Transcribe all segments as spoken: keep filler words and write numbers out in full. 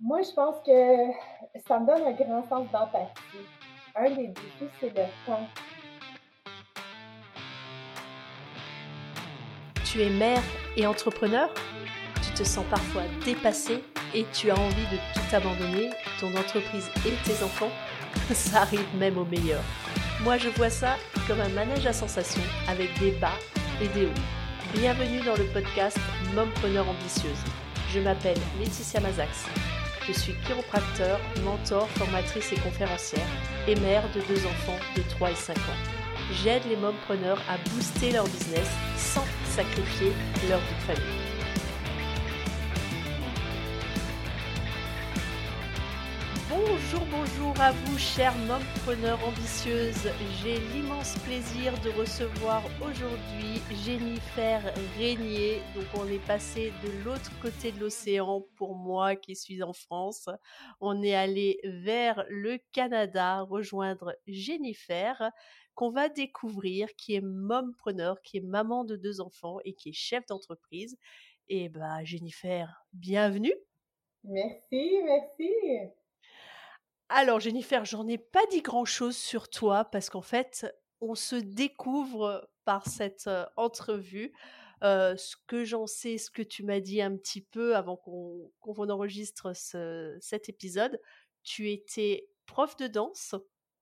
Moi, je pense que ça me donne un grand sens d'empathie. Un des défis, c'est le temps. Tu es mère et entrepreneur? Tu te sens parfois dépassée et tu as envie de tout abandonner, ton entreprise et tes enfants? Ça arrive même aux meilleurs. Moi, je vois ça comme un manège à sensations avec des bas et des hauts. Bienvenue dans le podcast Mompreneur ambitieuse. Je m'appelle Laetitia Mazax. Je suis chiropracteur, mentor, formatrice et conférencière et mère de deux enfants de trois et cinq ans. J'aide les mompreneurs à booster leur business sans sacrifier leur vie de famille. Bonjour, bonjour à vous, chères mompreneurs ambitieuses. J'ai l'immense plaisir de recevoir aujourd'hui Jennifer Régnier. Donc, on est passé de l'autre côté de l'océan pour moi qui suis en France. On est allé vers le Canada rejoindre Jennifer, qu'on va découvrir, qui est mompreneur, qui est maman de deux enfants et qui est chef d'entreprise. Et bah, Jennifer, bienvenue. Merci, merci. Alors Jennifer, j'en ai pas dit grand-chose sur toi parce qu'en fait, on se découvre par cette euh, entrevue. Euh, ce que j'en sais, ce que tu m'as dit un petit peu avant qu'on qu'on enregistre ce- cet épisode, tu étais prof de danse,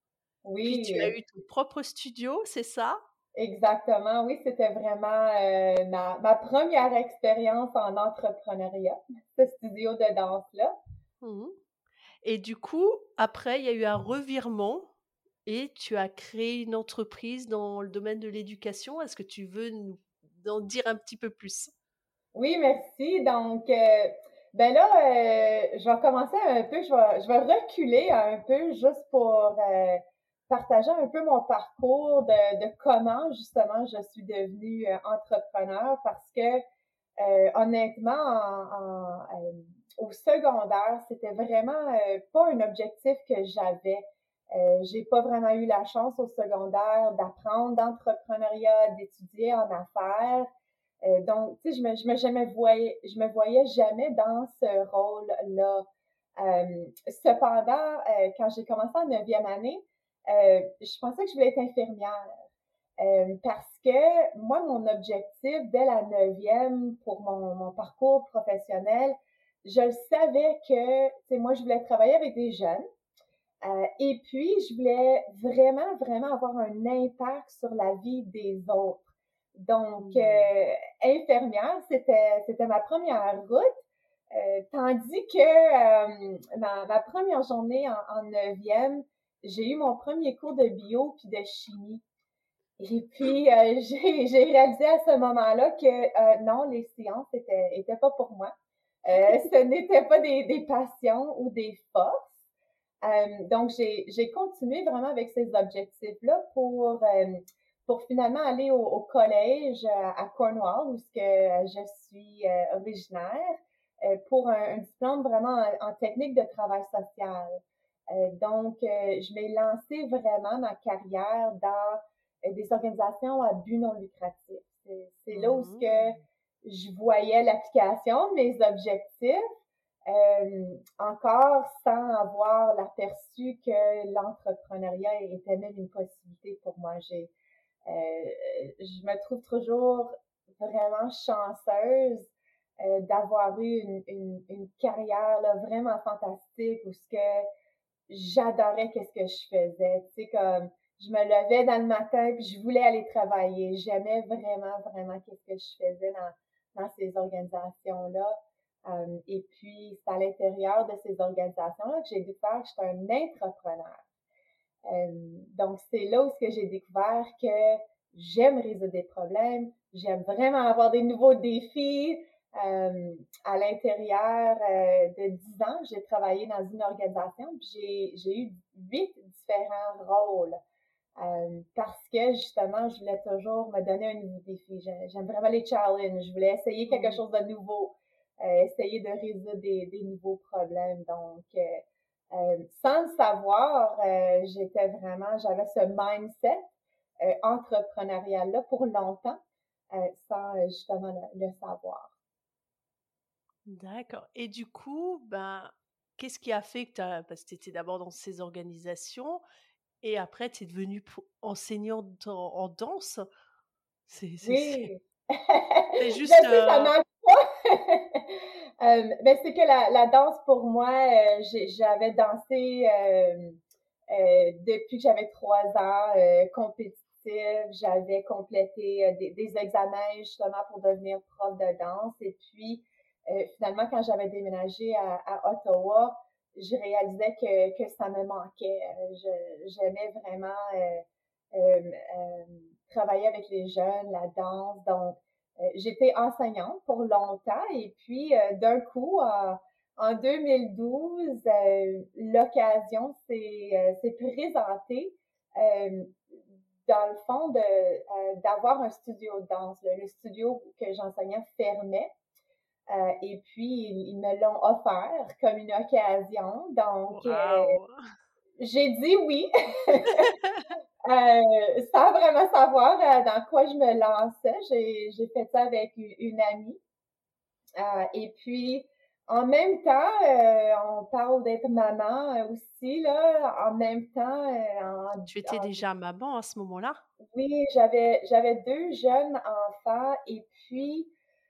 puis tu as Oui, eu ton propre studio, c'est ça? exactement. Oui, c'était vraiment euh, ma, ma première expérience en entrepreneuriat, ce studio de danse-là. Mhm. Et du coup, après, il y a eu un revirement et tu as créé une entreprise dans le domaine de l'éducation. Est-ce que tu veux nous en dire un petit peu plus? Oui, merci. Donc, euh, ben là, euh, je vais commencer un peu, je vais, je vais reculer un peu juste pour euh, partager un peu mon parcours de, de comment justement je suis devenue euh, entrepreneur parce que euh, honnêtement, en, en, euh, au secondaire, c'était vraiment euh, pas un objectif que j'avais. Euh, j'ai pas vraiment eu la chance au secondaire d'apprendre d'entrepreneuriat, d'étudier en affaires. Euh, donc, tu sais, je me, je me jamais voyais, je me voyais jamais dans ce rôle-là. Euh, cependant, euh, quand j'ai commencé en neuvième année, euh, je pensais que je voulais être infirmière. Euh, parce que moi, mon objectif dès la neuvième pour mon, mon parcours professionnel, je le savais que, tu sais, moi, je voulais travailler avec des jeunes. Euh, et puis, je voulais vraiment, vraiment avoir un impact sur la vie des autres. Donc, euh, infirmière, c'était, c'était ma première route. Euh, tandis que euh, ma, ma première journée en, en neuvième, j'ai eu mon premier cours de bio puis de chimie. Et puis, euh, j'ai, j'ai réalisé à ce moment-là que euh, non, les sciences étaient, étaient pas pour moi. Euh, ce n'étaient pas des, des passions ou des forces. Euh, donc, j'ai, j'ai continué vraiment avec ces objectifs-là pour, euh, pour finalement aller au, au collège à, à Cornwall, où ce que je suis euh, originaire, euh, pour un, un diplôme vraiment en, en technique de travail social. Euh, donc, euh, je m'ai lancé vraiment ma carrière dans euh, des organisations à but non lucratif. C'est, c'est là où ce Mhm. que je voyais l'application de mes objectifs, euh, encore sans avoir l'aperçu que l'entrepreneuriat était même une possibilité pour moi. J'ai, euh, je me trouve toujours vraiment chanceuse euh, d'avoir eu une, une, une carrière là, vraiment fantastique où ce que j'adorais qu'est-ce que je faisais. Tu sais, comme je me levais dans le matin puis je voulais aller travailler. J'aimais vraiment, vraiment qu'est-ce que je faisais dans, dans ces organisations-là. Euh, et puis, c'est à l'intérieur de ces organisations-là que j'ai découvert que j'étais un entrepreneur. Euh, donc, c'est là où ce que j'ai découvert que j'aime résoudre des problèmes, j'aime vraiment avoir des nouveaux défis. Euh, à l'intérieur euh, de dix ans, j'ai travaillé dans une organisation, puis j'ai, j'ai eu huit différents rôles. Euh, parce que justement, je voulais toujours me donner un nouveau défi. J'aime vraiment les challenges. Je voulais essayer quelque chose de nouveau, euh, essayer de résoudre des, des nouveaux problèmes. Donc, euh, euh, sans le savoir, euh, j'étais vraiment, j'avais ce mindset euh, entrepreneurial-là pour longtemps, euh, sans euh, justement le, le savoir. D'accord. Et du coup, ben, qu'est-ce qui a fait que tu as parce que tu étais d'abord dans ces organisations et après tu es devenue pro enseignante en en danse? C'est c'est c'est Oui. c'est Je juste, sais, ça heu marche pas. Hem, mais c'est que la la danse pour moi, heu, j'ai j'avais dansé, hem, heu, depuis que j'avais trois ans, heu, compétitive. J'avais complété, heu, des des examens justement pour devenir prof de danse et puis, heu, finalement, quand j'avais déménagé à à Ottawa, je réalisais que que ça me manquait. Heu, je j'aimais vraiment, heu, hem, hem, travailler avec les jeunes, la danse, donc euh, j'étais enseignante pour longtemps et puis euh, d'un coup, en, en deux mille douze, euh, l'occasion s'est euh, s'est présentée euh, dans le fond de euh, d'avoir un studio de danse. Le, le studio que j'enseignais fermait euh, et puis ils, ils me l'ont offert comme une occasion. Donc euh, waouh! j'ai dit oui. Euh, sans vraiment savoir euh, dans quoi je me lançais. J'ai, j'ai fait ça avec une, une amie. Euh, et puis, en même temps, euh, on parle d'être maman euh, aussi, là. En même temps, euh, Tu en, étais en- déjà maman à ce moment-là? oui, j'avais, j'avais deux jeunes enfants et puis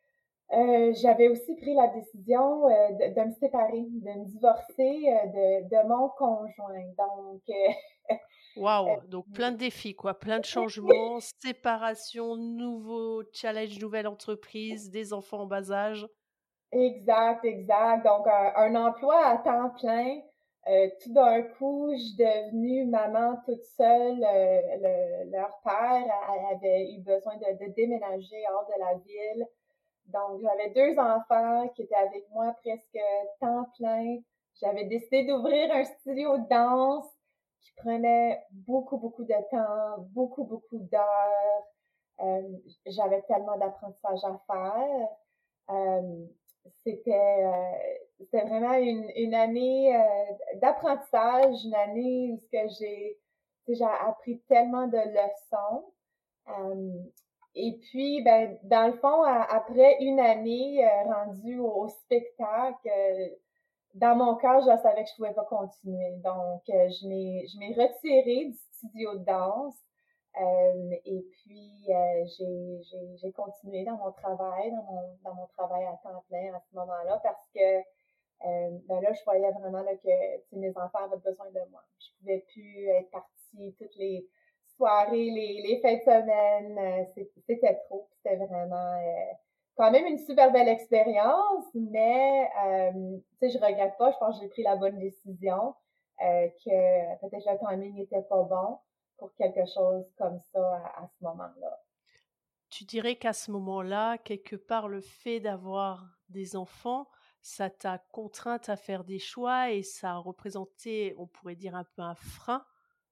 euh, j'avais aussi pris la décision euh, de, de me séparer, de me divorcer euh, de, de mon conjoint. Donc, euh, Waouh! Donc plein de défis quoi, plein de changements, séparation, nouveau challenge, nouvelle entreprise, des enfants en bas âge. exact, exact. Donc, un, un emploi à temps plein. Euh, tout d'un coup, je suis devenue maman toute seule. Euh, le- leur père a- avait eu besoin de, de déménager hors de la ville. Donc, j'avais deux enfants qui étaient avec moi presque temps plein. J'avais décidé d'ouvrir un studio de danse qui prenait beaucoup, beaucoup de temps, beaucoup, beaucoup d'heures. Euh, J'avais tellement d'apprentissage à faire. Euh, c'était euh, c'était vraiment une, une année euh, d'apprentissage, une année où ce que j'ai j'ai appris tellement de leçons. Euh, et puis, ben, dans le fond, à- après une année euh, rendue au, au spectacle, euh, dans mon cœur, je savais que je pouvais pas continuer. Donc, euh, je m'ai je m'ai retirée du studio de danse. Euh, et puis, euh, j'ai, j'ai, j'ai continué dans mon travail, dans mon, dans mon travail à temps plein à ce moment-là parce que euh, ben là, je voyais vraiment là, que tu sais, mes enfants avaient besoin de moi. Je pouvais plus être partie toutes les soirées, les, les fins de semaine. Euh, c'est- c'était trop. C'était vraiment euh, quand même une super belle expérience, mais euh, tu sais, je regrette pas. Je pense que j'ai pris la bonne décision, euh, que peut-être le timing n'était pas bon pour quelque chose comme ça à, à ce moment-là. Tu dirais qu'à ce moment-là, quelque part, le fait d'avoir des enfants, ça t'a contrainte à faire des choix et ça a représenté, on pourrait dire, un peu un frein?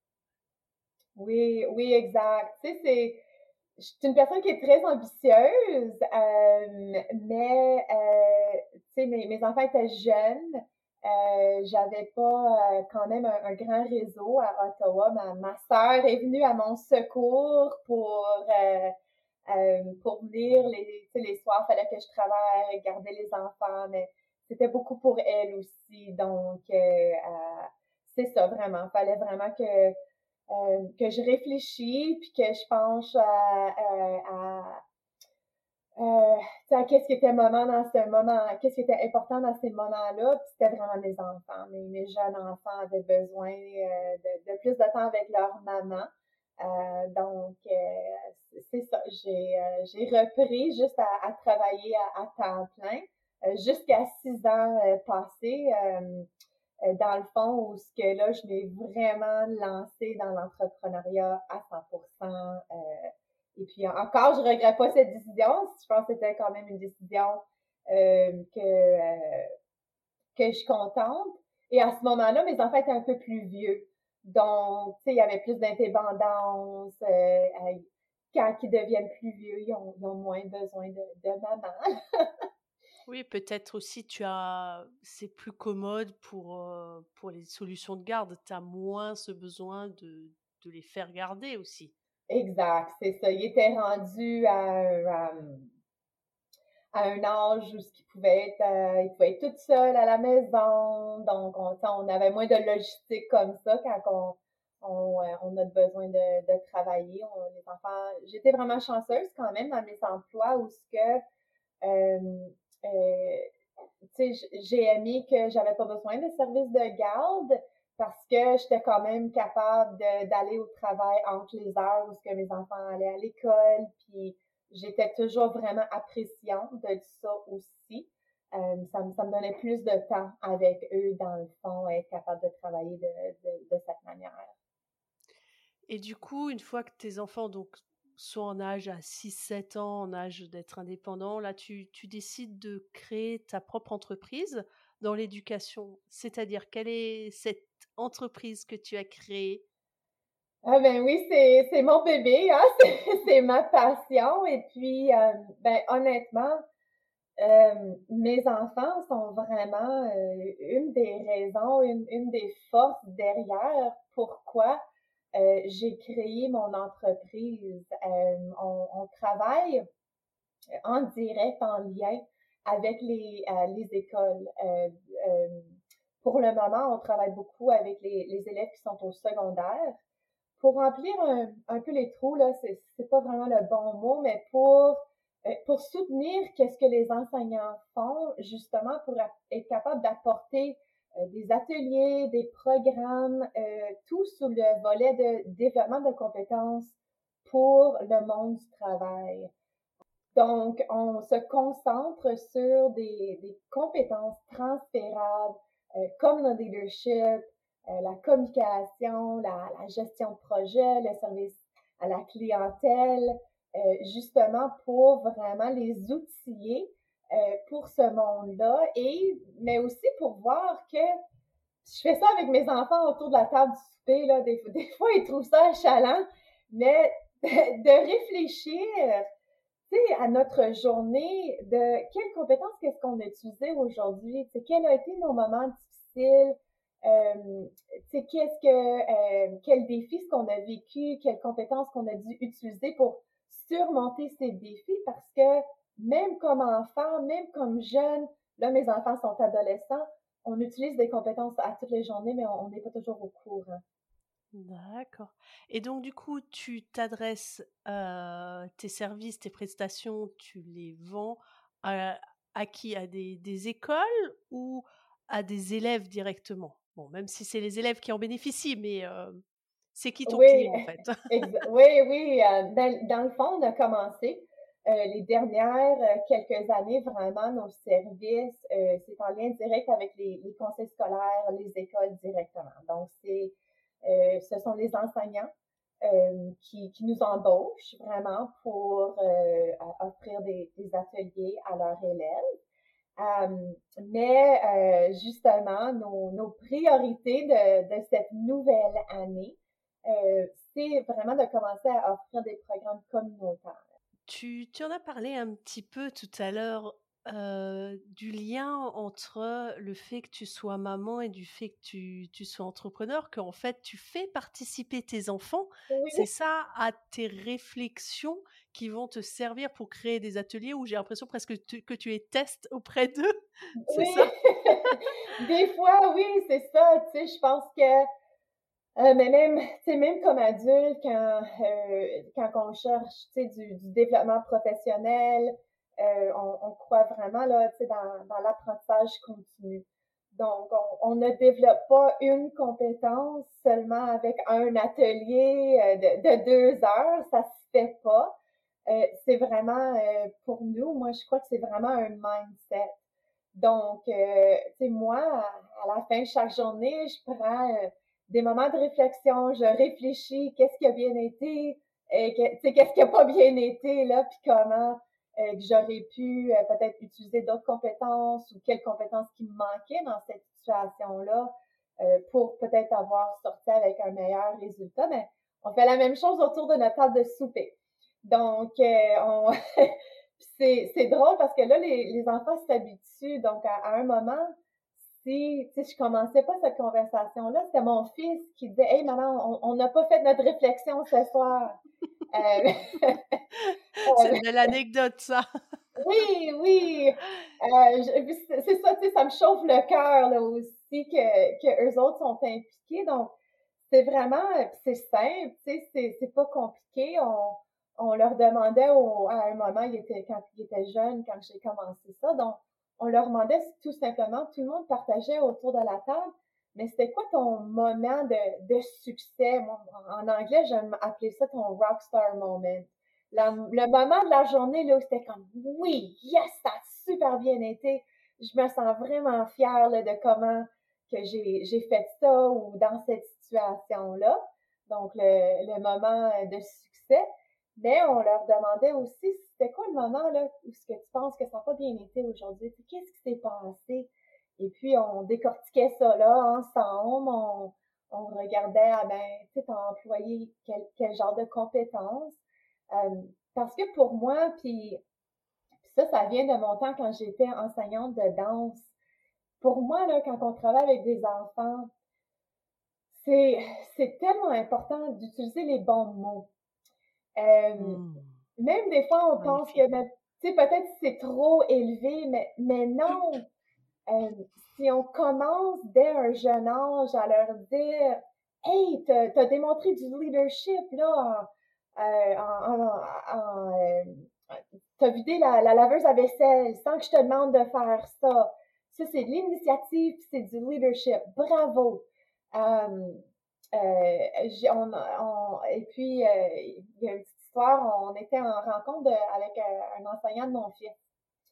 Oui, oui, exact. Tu sais, c'est je suis une personne qui est très ambitieuse, euh, mais euh, tu sais, mes, mes enfants étaient jeunes. Euh, j'avais pas euh, quand même un, un grand réseau à Ottawa. Ma, ma sœur est venue à mon secours pour euh, euh, pour venir les, tu sais, les soirs, fallait que je travaille, garder les enfants, mais c'était beaucoup pour elle aussi. Donc, euh, euh, c'est ça vraiment. Fallait vraiment que euh, que je réfléchis puis que je pense à, à, à, euh, à qu'est-ce qui était moment dans ce moment, qu'est-ce qui était important dans ces moments-là, puis c'était vraiment mes enfants, mes, mes jeunes enfants avaient besoin euh, de, de plus de temps avec leur maman. Euh, donc, euh, c'est ça, j'ai euh, j'ai repris juste à, à travailler à, à temps plein euh, jusqu'à six ans euh, passés. Euh, euh, dans le fond, où ce que là, je m'ai vraiment lancée dans l'entrepreneuriat à cent pour cent. Euh, et puis encore, je regrette pas cette décision. Je pense que c'était quand même une décision euh, que, euh, que je suis contente. Et à ce moment-là, mes enfants étaient un peu plus vieux. Donc, tu sais, il y avait plus d'indépendance. Euh, euh, quand ils deviennent plus vieux, ils ont, ils ont moins besoin de, de maman. Oui, peut-être aussi tu as c'est plus commode pour, heu, pour les solutions de garde. Tu as moins ce besoin de de les faire garder aussi. Exact, c'est ça. Ils étaient rendus à, à à un âge où ce qui pouvait être, euh, il pouvait être toute seule à la maison. Donc, on, on avait moins de logistique comme ça quand on, on, euh, on a besoin de, de travailler. On, les enfants, j'étais vraiment chanceuse quand même dans mes emplois où ce que, euh, euh, tu sais, j'ai aimé que j'avais pas besoin de service de garde parce que j'étais quand même capable d'aller au travail entre les heures où ce que mes enfants allaient à l'école, puis j'étais toujours vraiment appréciante de ça aussi. Euh, ça, me, ça me donnait plus de temps avec eux, dans le fond, être capable de travailler de, de, de cette manière. Et du coup, une fois que tes enfants donc, sont en âge à six sept ans, en âge d'être indépendants, là, tu, tu décides de créer ta propre entreprise dans l'éducation. C'est-à-dire, quelle est cette entreprise que tu as créée? Ah ben oui, c'est c'est mon bébé, hein? C'est ma passion. Et puis, euh, ben honnêtement, Euh, mes enfants sont vraiment euh, une des raisons, une, une des forces derrière pourquoi euh, j'ai créé mon entreprise. Euh, on, on travaille en direct, en lien avec les, euh, les écoles. Euh, euh, pour le moment, on travaille beaucoup avec les, les élèves qui sont au secondaire. Pour remplir un, un peu les trous, là, c'est, c'est pas vraiment le bon mot, mais pour euh, pour soutenir qu'est-ce que les enseignants font, justement pour être capable d'apporter euh, des ateliers, des programmes, euh, tout sous le volet de développement de compétences pour le monde du travail. Donc, on se concentre sur des, des compétences transférables euh, comme le leadership, euh, la communication, la, la gestion de projet, le service à la clientèle, euh, justement pour vraiment les outiller euh, pour ce monde-là, et mais aussi pour voir que je fais ça avec mes enfants autour de la table du souper, là, des, des fois ils trouvent ça achalant, mais de, de réfléchir, tu sais, à notre journée, de quelles compétences qu'est-ce qu'on a utilisées aujourd'hui, tu sais, quels ont été nos moments difficiles, euh, tu sais, qu'est-ce que, euh, quels défis ce qu'on a vécu, quelles compétences qu'on a dû utiliser pour surmonter ces défis, parce que même comme enfant, même comme jeune, là, mes enfants sont adolescents, on utilise des compétences à toutes les journées, mais on n'est pas toujours au courant. D'accord. Et donc, du coup, tu t'adresses, euh, tes services, tes prestations, tu les vends à, à qui? À des, des écoles ou à des élèves directement? Bon, même si c'est les élèves qui en bénéficient, mais euh, c'est qui ton Oui, client en fait? exa- oui, oui. euh, dans, dans le fond, on a commencé euh, les dernières euh, quelques années, vraiment, nos services, euh, c'est en lien direct avec les, les conseils scolaires, les écoles directement. Donc, c'est, euh, ce sont les enseignants euh, qui, qui nous embauchent vraiment pour euh, offrir des, des ateliers à leurs élèves. Euh, mais euh, justement, nos, nos priorités de, de cette nouvelle année, euh, c'est vraiment de commencer à offrir des programmes communautaires. Tu, tu en as parlé un petit peu tout à l'heure, euh, du lien entre le fait que tu sois maman et du fait que tu, tu sois entrepreneur, qu'en fait tu fais participer tes enfants, Oui, c'est ça, à tes réflexions qui vont te servir pour créer des ateliers où j'ai l'impression presque que tu, que tu es test auprès d'eux, c'est oui. ça? Des fois, oui, c'est ça. Tu sais, je pense que Euh, mais même, tu sais, même comme adulte, quand, euh, quand on cherche, tu sais, du, du développement professionnel, euh, on, on croit vraiment, là, tu sais, dans, dans l'apprentissage continu. Donc, on, on ne développe pas une compétence seulement avec un atelier euh, de, de deux heures, ça se fait pas. Euh, c'est vraiment, euh, pour nous, moi, je crois que c'est vraiment un mindset. Donc, euh, tu sais, moi, à, à la fin de chaque journée, je prends euh, des moments de réflexion, je réfléchis, qu'est-ce qui a bien été, et que, tu sais, qu'est-ce qui a pas bien été, là, puis comment euh, que j'aurais pu euh, peut-être utiliser d'autres compétences ou quelles compétences qui me manquaient dans cette situation-là euh, pour peut-être avoir sorti avec un meilleur résultat. Mais on fait la même chose autour de notre table de souper. Donc, euh, on c'est, c'est drôle parce que là, les, les enfants s'habituent. Donc, à, à un moment, si, tu sais, je commençais pas cette conversation-là, c'était mon fils qui disait, hey, maman, on on n'a pas fait notre réflexion ce soir. Euh, C'est euh, une belle anecdote, ça. Oui, oui. Euh, je- c'est c'est ça, tu sais, ça me chauffe le cœur là aussi que, que eux autres sont impliqués. Donc, c'est vraiment, euh, c'est simple, tu sais, c'est c'est pas compliqué. On, on leur demandait au, à un moment, il était, quand ils étaient jeunes, quand j'ai commencé ça, donc on leur demandait tout simplement, tout le monde partageait autour de la table, mais c'était quoi ton moment de, de succès? Moi, en anglais, j'aime appeler ça ton rockstar moment. La- le moment de la journée là où c'était comme oui, yes, ça a super bien été. Je me sens vraiment fière là, de comment que j'ai j'ai fait ça ou dans cette situation-là. Donc le, le moment de succès. Mais on leur demandait aussi c'était quoi le moment là où ce que tu penses que ça n'a pas bien été aujourd'hui? Qu'est-ce qui s'est passé? Et puis on décortiquait ça là ensemble. On, on regardait ah ben, tu sais, t'as employé quel, quel genre de compétences. Euh, parce que pour moi, puis ça, ça vient de mon temps quand j'étais enseignante de danse. Pour moi, là, quand on travaille avec des enfants, c'est, c'est tellement important d'utiliser les bons mots. Euh, Hmm, Même des fois, on pense magnifique. que, ben, tu sais, peut-être c'est trop élevé, mais, mais non. Euh, Si on commence dès un jeune âge à leur dire, hey, t'as, t'as démontré du leadership, là, en, euh, en, en, en, euh, t'as vidé la, la laveuse à vaisselle sans que je te demande de faire ça. Ça, c'est de l'initiative, c'est du leadership. Bravo. Euh, euh, j'ai- on, on- et puis, euh, il y a une petite histoire, on était en rencontre de- avec un, un enseignant de mon fils.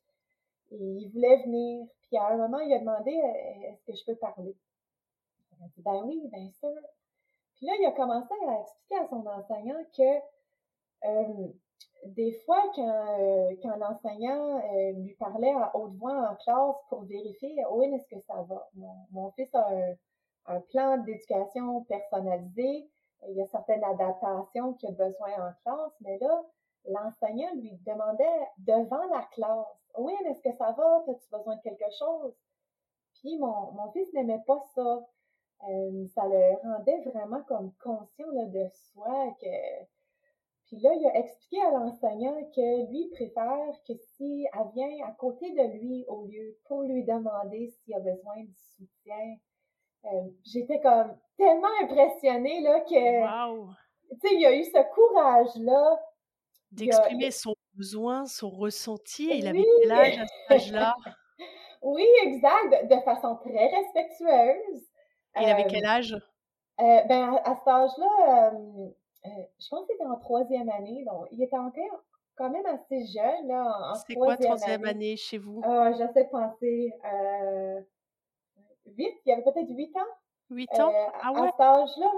Et il voulait venir. Puis à un moment, il a demandé euh, est-ce que je peux parler? Il a dit ben oui, bien sûr. Puis là, il a commencé à expliquer à son enseignant que euh, des fois, quand, euh, quand l'enseignant euh, lui parlait à haute voix en classe pour vérifier où est-ce que ça va. Mon, mon fils a un, un plan d'éducation personnalisé. Il y a certaines adaptations qu'il a besoin en classe, mais là, l'enseignant lui demandait devant la classe, oui, est-ce que ça va? As-tu besoin de quelque chose? Puis mon, mon fils n'aimait pas ça. Euh, ça le rendait vraiment comme conscient là, de soi, que puis là, il a expliqué à l'enseignant que lui préfère que si elle vient à côté de lui au lieu pour lui demander s'il a besoin de soutien. Euh, j'étais comme tellement impressionnée là que, Waouh! tu sais, il y a eu ce courage-là. Il y a, il y D'exprimer a- son besoin, son ressenti. Il avait oui, quel âge à cet âge-là? oui, exact, de, de façon très respectueuse. Il avait Euh, quel âge? euh, ben, à, à cet âge-là, euh, euh, je pense qu'il était en troisième année, donc il était encore quand même assez jeune, là, en, en C'est quoi troisième troisième année. année chez vous? Ah, j'essaie de penser, euh, huit, il y avait peut-être huit ans, Huit ans? euh, Ah à ouais? cet âge-là.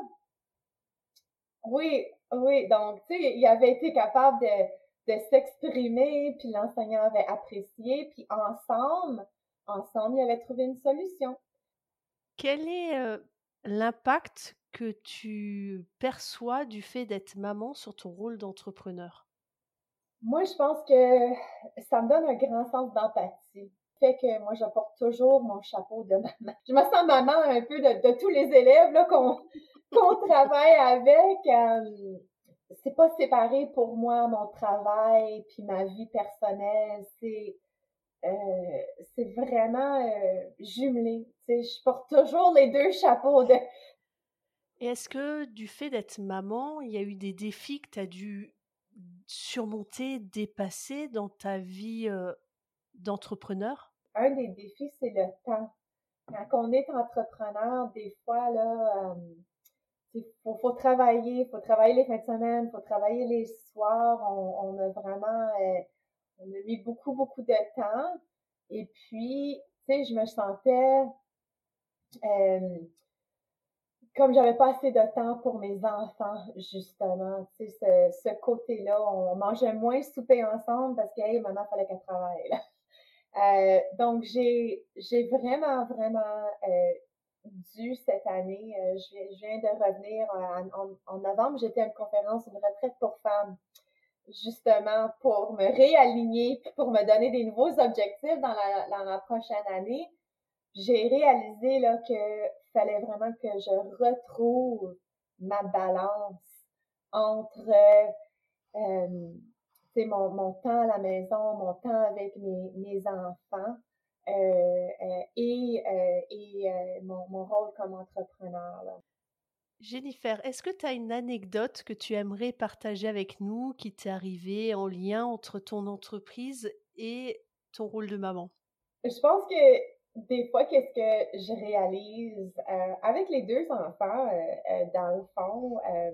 Oui, oui, donc, tu sais, il avait été capable de, de s'exprimer, puis l'enseignant avait apprécié, puis ensemble, ensemble, il avait trouvé une solution. Quel est, heu, l'impact que tu perçois du fait d'être maman sur ton rôle d'entrepreneur? Moi, je pense que ça me donne un grand sens d'empathie. Fait que moi, j'apporte toujours mon chapeau de maman. Je me sens maman un peu de, de tous les élèves là qu'on qu'on travaille avec. Euh, c'est pas séparé pour moi mon travail puis ma vie personnelle. C'est euh, c'est vraiment euh, jumelé. Tu sais, je porte toujours les deux chapeaux de. Et est-ce que du fait d'être maman, il y a eu des défis que tu as dû surmonter, dépasser dans ta vie, heu, d'entrepreneur? Un des défis, c'est le temps. Quand on est entrepreneur, des fois là. Euh, il faut, faut travailler, faut travailler les fins de semaine, faut travailler les soirs. On, on a vraiment, euh, on a mis beaucoup, beaucoup de temps. Et puis, tu sais, je me sentais euh, comme j'avais pas assez de temps pour mes enfants, justement. Tu sais, ce, ce côté-là, on mangeait moins souper ensemble parce que, hey, maman, fallait qu'elle travaille, là. Euh, donc, j'ai, j'ai vraiment, vraiment euh, dû cette année, euh, je, viens, je viens de revenir en, en, en novembre, j'étais à une conférence, une retraite pour femmes, justement pour me réaligner, puis pour me donner des nouveaux objectifs dans la, dans la prochaine année. J'ai réalisé là que fallait vraiment que je retrouve ma balance entre euh, tu sais, mon, mon temps à la maison, mon temps avec mes, mes enfants euh, euh, et, euh, et euh, mon, mon rôle comme entrepreneur, là. Jennifer, est-ce que tu as une anecdote que tu aimerais partager avec nous qui t'est arrivée en lien entre ton entreprise et ton rôle de maman? Je pense que des fois, qu'est-ce que je réalise euh, avec les deux enfants, euh, euh, dans le fond, euh,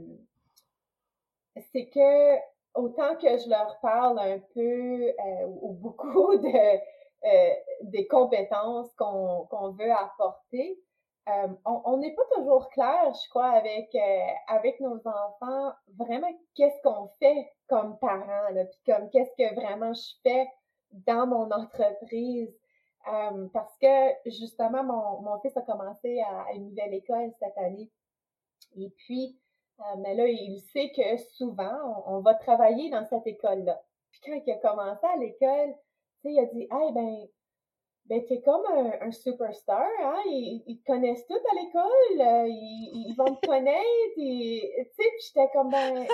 c'est que autant que je leur parle un peu euh, ou beaucoup de euh, des compétences qu'on qu'on veut apporter, euh, on n'est pas toujours clair, je crois, avec euh, avec nos enfants, vraiment qu'est-ce qu'on fait comme parents, là, puis comme qu'est-ce que vraiment je fais dans mon entreprise. Euh, parce que justement, mon, mon fils a commencé à, à une nouvelle école cette année. Et puis, euh, mais là, il sait que souvent, on, on va travailler dans cette école-là. Puis quand il a commencé à l'école, tu sais, il a dit, hey, ben, ben, t'es comme un, un superstar, hein? Ils, ils te connaissent tous à l'école, euh, ils, ils vont te connaître, et, tu sais, puis j'étais comme, ben,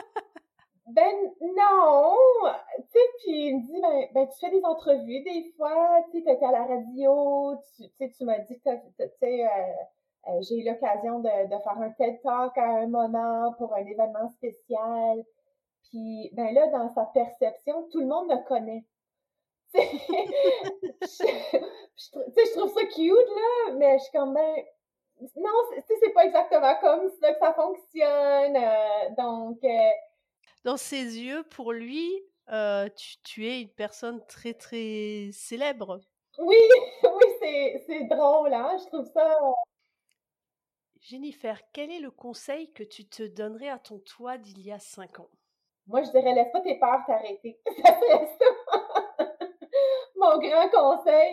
ben non, tu sais, puis il me dit, ben, ben tu fais des entrevues des fois, tu sais, t'étais à la radio, tu sais, tu m'as dit que tu sais, euh, euh, j'ai eu l'occasion de, de faire un TED Talk à un moment pour un événement spécial, puis ben là, dans sa perception, tout le monde le connaît. Tu sais, je, je, je trouve ça cute, là, mais je suis comme, ben, non, tu sais, c'est pas exactement comme ça que ça fonctionne, euh, donc... Euh, Dans ses yeux, pour lui, euh, tu, tu es une personne très, très célèbre. Oui, oui, c'est, c'est drôle, hein? Je trouve ça... Jennifer, quel est le conseil que tu te donnerais à ton toi d'il y a cinq ans? Moi, je dirais, laisse pas tes peurs t'arrêter. Ça serait ça, mon grand conseil.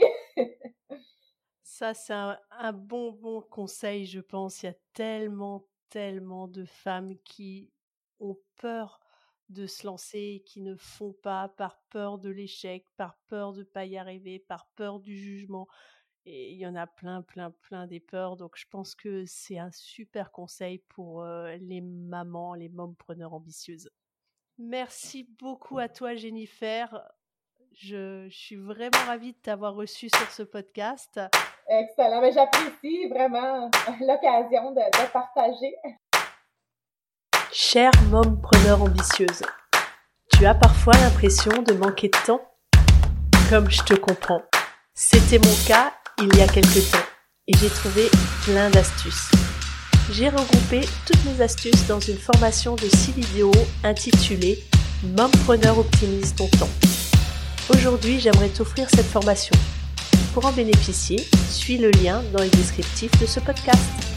Ça, c'est un, un bon, bon conseil, je pense. Il y a tellement, tellement de femmes qui ont peur de se lancer, qui ne font pas par peur de l'échec, par peur de ne pas y arriver, par peur du jugement. Et il y en a plein, plein, plein des peurs. Donc, je pense que c'est un super conseil pour euh, les mamans, les mompreneurs ambitieuses. Merci beaucoup à toi, Jennifer. Je, je suis vraiment ravie de t'avoir reçue sur ce podcast. Excellent. Mais j'apprécie vraiment l'occasion de, de partager. Chère mompreneur ambitieuse, tu as parfois l'impression de manquer de temps? Comme je te comprends. C'était mon cas il y a quelques temps et j'ai trouvé plein d'astuces. J'ai regroupé toutes mes astuces dans une formation de six vidéos intitulée « Mompreneur optimise ton temps ». Aujourd'hui, j'aimerais t'offrir cette formation. Pour en bénéficier, suis le lien dans les descriptifs de ce podcast.